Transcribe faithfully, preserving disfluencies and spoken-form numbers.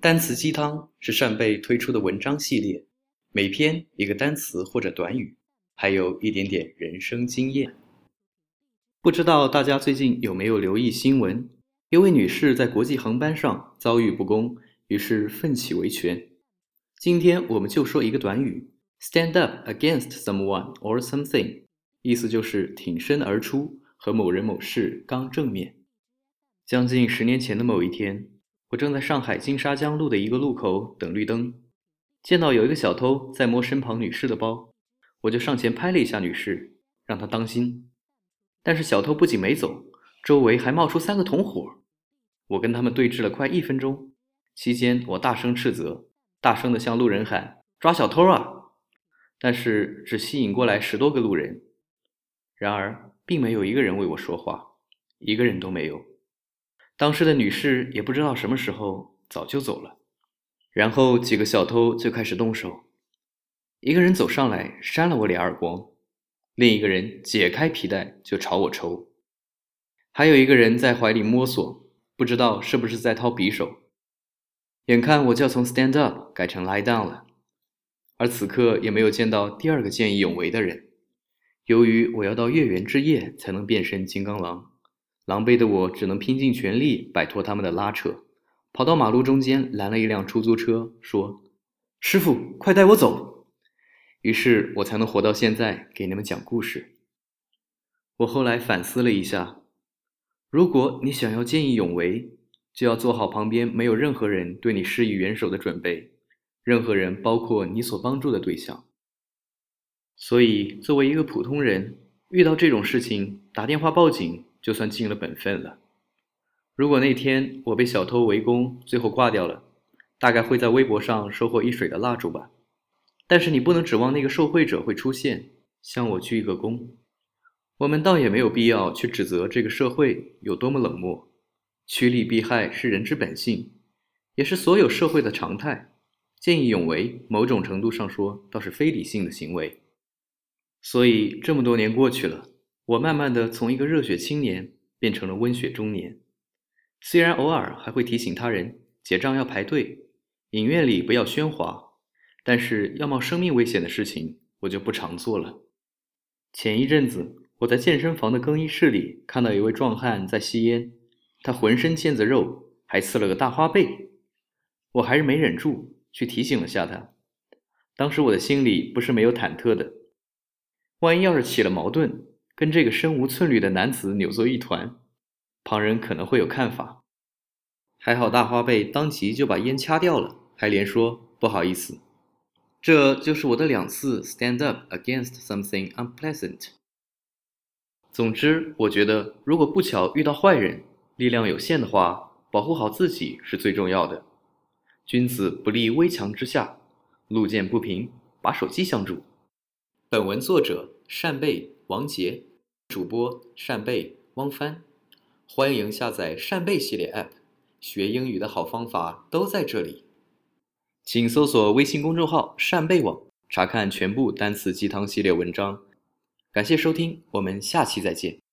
单词鸡汤是扇贝推出的文章系列，每篇一个单词或者短语，还有一点点人生经验。不知道大家最近有没有留意新闻？一位女士在国际航班上遭遇不公，于是奋起维权。今天我们就说一个短语 ，stand up against someone or something， 意思就是挺身而出，和某人某事刚正面。将近十年前的某一天，我正在上海金沙江路的一个路口等绿灯，见到有一个小偷在摸身旁女士的包，我就上前拍了一下女士，让她当心。但是小偷不仅没走，周围还冒出三个同伙。我跟他们对峙了快一分钟，期间我大声斥责，大声地向路人喊抓小偷啊！但是只吸引过来十多个路人，然而并没有一个人为我说话，一个人都没有。当时的女士也不知道什么时候早就走了。然后几个小偷就开始动手，一个人走上来扇了我俩耳光，另一个人解开皮带就朝我抽，还有一个人在怀里摸索，不知道是不是在掏匕首。眼看我就要从 stand up 改成 lie down 了，而此刻也没有见到第二个见义勇为的人。由于我要到月圆之夜才能变身金刚狼，狼狈的我只能拼尽全力摆脱他们的拉扯，跑到马路中间拦了一辆出租车，说：师傅，快带我走！于是我才能活到现在，给你们讲故事。我后来反思了一下，如果你想要见义勇为，就要做好旁边没有任何人对你施以援手的准备，任何人包括你所帮助的对象。所以作为一个普通人，遇到这种事情打电话报警就算尽了本分了。如果那天我被小偷围攻，最后挂掉了，大概会在微博上收获一水的蜡烛吧。但是你不能指望那个受贿者会出现，向我鞠一个躬。我们倒也没有必要去指责这个社会有多么冷漠，趋利避害是人之本性，也是所有社会的常态。见义勇为，某种程度上说，倒是非理性的行为。所以这么多年过去了，我慢慢的从一个热血青年变成了温血中年。虽然偶尔还会提醒他人结账要排队，影院里不要喧哗，但是要冒生命危险的事情我就不常做了。前一阵子我在健身房的更衣室里看到一位壮汉在吸烟，他浑身腱子肉，还刺了个大花背。我还是没忍住去提醒了下他。当时我的心里不是没有忐忑的，万一要是起了矛盾，跟这个身无寸缕的男子扭作一团，旁人可能会有看法。还好大花背当即就把烟掐掉了，还连说不好意思。这就是我的两次 stand up against something unpleasant。总之，我觉得如果不巧遇到坏人，力量有限的话，保护好自己是最重要的。君子不立危墙之下，路见不平，把手机相助。本文作者扇贝王杰，主播扇贝汪帆。欢迎下载扇贝系列 App， 学英语的好方法都在这里。请搜索微信公众号扇贝网，查看全部单词鸡汤系列文章。感谢收听，我们下期再见。